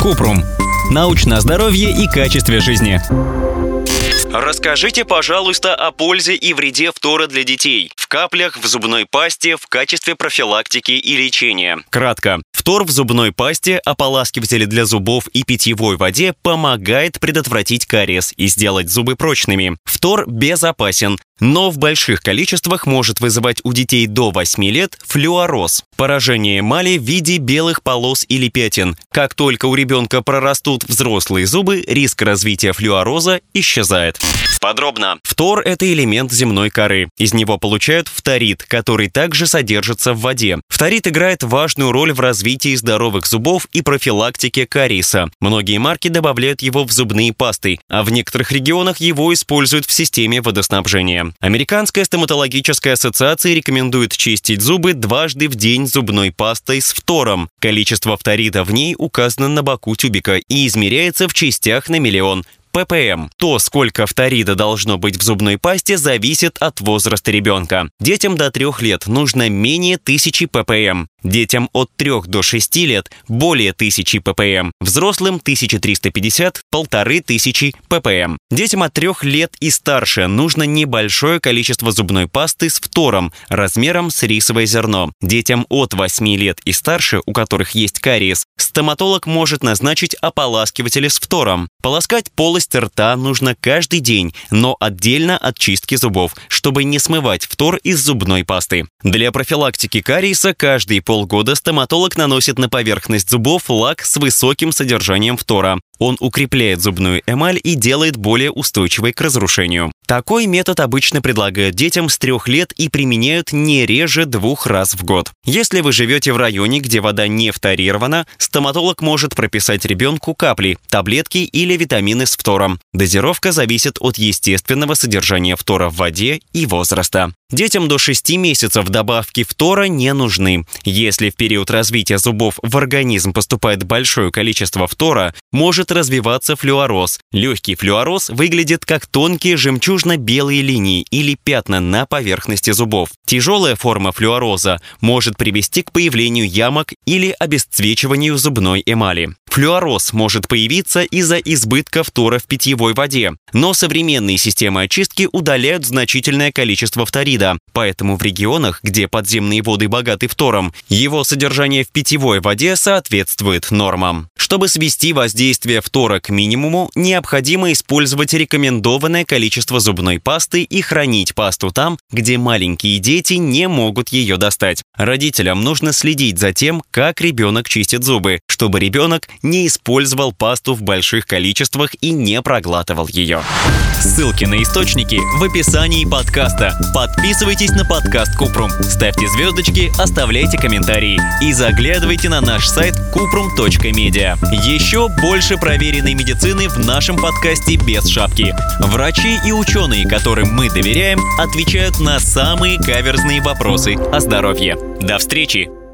Купрум. Научное здоровье и качестве жизни. Расскажите, пожалуйста, о пользе и вреде фтора для детей в каплях, в зубной пасте, в качестве профилактики и лечения. Кратко. Фтор в зубной пасте, ополаскивателе для зубов и питьевой воде помогает предотвратить кариес и сделать зубы прочными. Фтор безопасен, но в больших количествах может вызывать у детей до 8 лет флюороз – поражение эмали в виде белых полос или пятен. Как только у ребенка прорастут взрослые зубы, риск развития флюороза исчезает. Подробно. Фтор – это элемент земной коры. Из него получают фторид, который также содержится в воде. Фторид играет важную роль в развитии здоровых зубов и профилактике кариеса. Многие марки добавляют его в зубные пасты, а в некоторых регионах его используют в системе водоснабжения. Американская стоматологическая ассоциация рекомендует чистить зубы дважды в день зубной пастой с фтором. Количество фторида в ней указано на боку тюбика и измеряется в частях на миллион ppm. То, сколько фторида должно быть в зубной пасте, зависит от возраста ребенка. Детям до 3 лет нужно менее 1000 ppm. Детям от 3 до 6 лет более 1000 ppm. Взрослым 1350 – 1500 ppm. Детям от 3 лет и старше нужно небольшое количество зубной пасты с фтором размером с рисовое зерно. Детям от 8 лет и старше, у которых есть кариес, стоматолог может назначить ополаскиватели с фтором. Полоскать полость рта нужно каждый день, но отдельно от чистки зубов, чтобы не смывать фтор из зубной пасты. Для профилактики кариеса каждые полгода стоматолог наносит на поверхность зубов лак с высоким содержанием фтора. Он укрепляет зубную эмаль и делает более устойчивой к разрушению. Такой метод обычно предлагают детям с 3 лет и применяют не реже 2 раз в год. Если вы живете в районе, где вода не фторирована, стоматолог может прописать ребенку капли, таблетки или витамины с фтором. Дозировка зависит от естественного содержания фтора в воде и возраста. Детям до 6 месяцев добавки фтора не нужны. Если в период развития зубов в организм поступает большое количество фтора, может развиваться флюороз. Легкий флюороз выглядит как тонкие жемчужно-белые линии или пятна на поверхности зубов. Тяжелая форма флюороза может привести к появлению ямок или обесцвечиванию зубной эмали. Флюороз может появиться из-за избытка фтора в питьевой воде, но современные системы очистки удаляют значительное количество фторида, поэтому в регионах, где подземные воды богаты фтором, его содержание в питьевой воде соответствует нормам. Чтобы свести воздействие фтора к минимуму, необходимо использовать рекомендованное количество зубной пасты и хранить пасту там, где маленькие дети не могут ее достать. Родителям нужно следить за тем, как ребенок чистит зубы, чтобы ребенок не использовал пасту в больших количествах и не проглатывал ее. Ссылки на источники в описании подкаста. Подписывайтесь на подкаст Купрум, ставьте звездочки, оставляйте комментарии и заглядывайте на наш сайт kuprum.media. Еще больше проверенной медицины в нашем подкасте без шапки. Врачи и ученые, которым мы доверяем, отвечают на самые каверзные вопросы о здоровье. До встречи!